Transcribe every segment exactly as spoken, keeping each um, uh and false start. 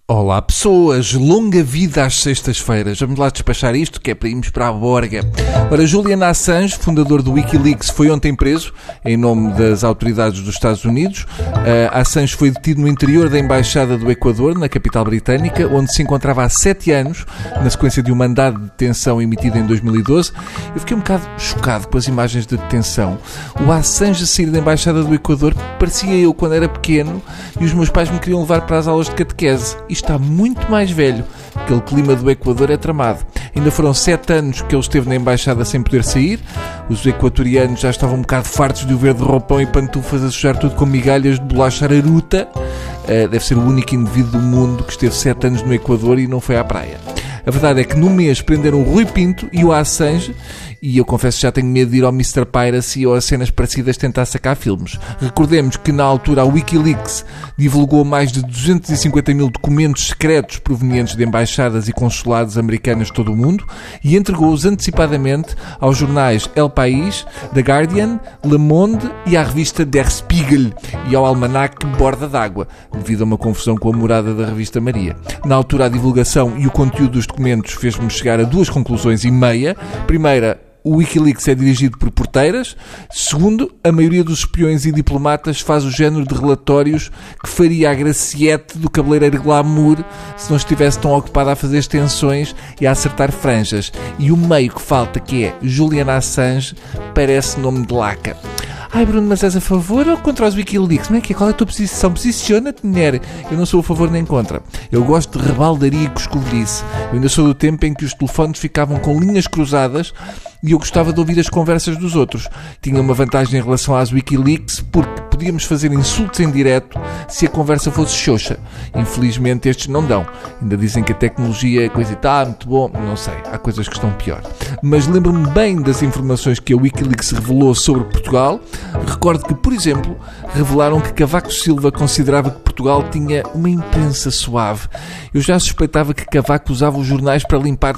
Olá pessoas, longa vida às sextas-feiras. Vamos lá despachar isto, que é para irmos para a borga. Ora, Julian Assange, fundador do Wikileaks, foi ontem preso em nome das autoridades dos Estados Unidos. Uh, Assange foi detido no interior da Embaixada do Equador, na capital britânica, onde se encontrava há sete anos, na sequência de um mandado de detenção emitido em dois mil e doze. Eu fiquei um bocado chocado com as imagens de detenção. O Assange a sair da Embaixada do Equador parecia eu quando era pequeno e os meus pais me queriam levar para as aulas de catequese. Está muito mais velho. Aquele clima do Equador é tramado. Ainda foram sete anos que ele esteve na embaixada sem poder sair. Os equatorianos já estavam um bocado fartos de o ver de roupão e pantufas a sujar tudo com migalhas de bolacha araruta. Uh, deve ser o único indivíduo do mundo que esteve sete anos no Equador e não foi à praia. A verdade é que no mês prenderam o Rui Pinto e o Assange, e eu confesso que já tenho medo de ir ao mister Piracy ou a cenas parecidas tentar sacar filmes. Recordemos que na altura a Wikileaks divulgou mais de duzentos e cinquenta mil documentos secretos provenientes de embaixadas e consulados americanos de todo o mundo e entregou-os antecipadamente aos jornais El País, The Guardian, Le Monde e à revista Der Spiegel e ao almanaque Borda d'Água, devido a uma confusão com a morada da revista Maria. Na altura a divulgação e o conteúdo dos documentos fez-me chegar a duas conclusões e meia. Primeira, o Wikileaks é dirigido por porteiras. Segundo, a maioria dos espiões e diplomatas faz o género de relatórios que faria a Graciete do cabeleireiro Glamour se não estivesse tão ocupada a fazer extensões e a acertar franjas. E o meio que falta, que é Julian Assange, parece nome de laca. Ai Bruno, mas és a favor ou contra os Wikileaks? Como é que é? Qual é a tua posição? Posiciona-te, mulher. Eu não sou a favor nem contra. Eu gosto de rebaldaria e coscovilhice. Eu ainda sou do tempo em que os telefones ficavam com linhas cruzadas e eu gostava de ouvir as conversas dos outros. Tinha uma vantagem em relação às Wikileaks porque podíamos fazer insultos em direto se a conversa fosse xoxa. Infelizmente estes não dão. Ainda dizem que a tecnologia é coisa e tal, muito bom. Não sei, há coisas que estão pior. Mas lembro-me bem das informações que a Wikileaks revelou sobre Portugal. Recordo que, por exemplo, revelaram que Cavaco Silva considerava que Portugal tinha uma imprensa suave. Eu já suspeitava que Cavaco usava os jornais para limpar,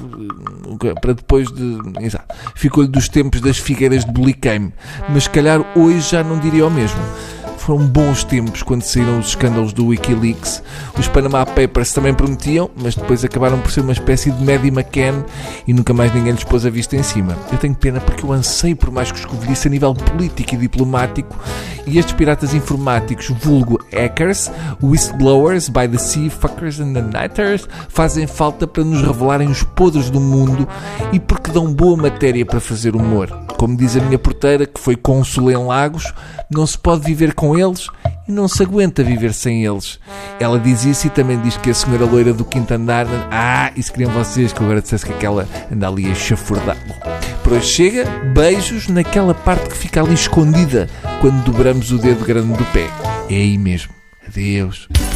para depois de... Exato. Ficou-lhe dos tempos das figueiras de Buliqueime. Mas se calhar hoje já não diria o mesmo. Foram bons tempos quando saíram os escândalos do Wikileaks. Os Panama Papers também prometiam, mas depois acabaram por ser uma espécie de Maddie McCann e nunca mais ninguém lhes pôs a vista em cima. Eu tenho pena porque eu anseio por mais coscovilhice a nível político e diplomático e estes piratas informáticos, vulgo hackers, whistleblowers, by the sea, fuckers and the nighters, fazem falta para nos revelarem os podres do mundo e porque dão boa matéria para fazer humor. Como diz a minha porteira, que foi cônsul em Lagos, não se pode viver com eles e não se aguenta viver sem eles. Ela diz isso e também diz que a senhora loira do quinto andar... Ah, isso queriam vocês que eu agora dissesse que aquela anda ali a chafurdar. Bom, por hoje chega. Beijos naquela parte que fica ali escondida quando dobramos o dedo grande do pé. É aí mesmo. Adeus.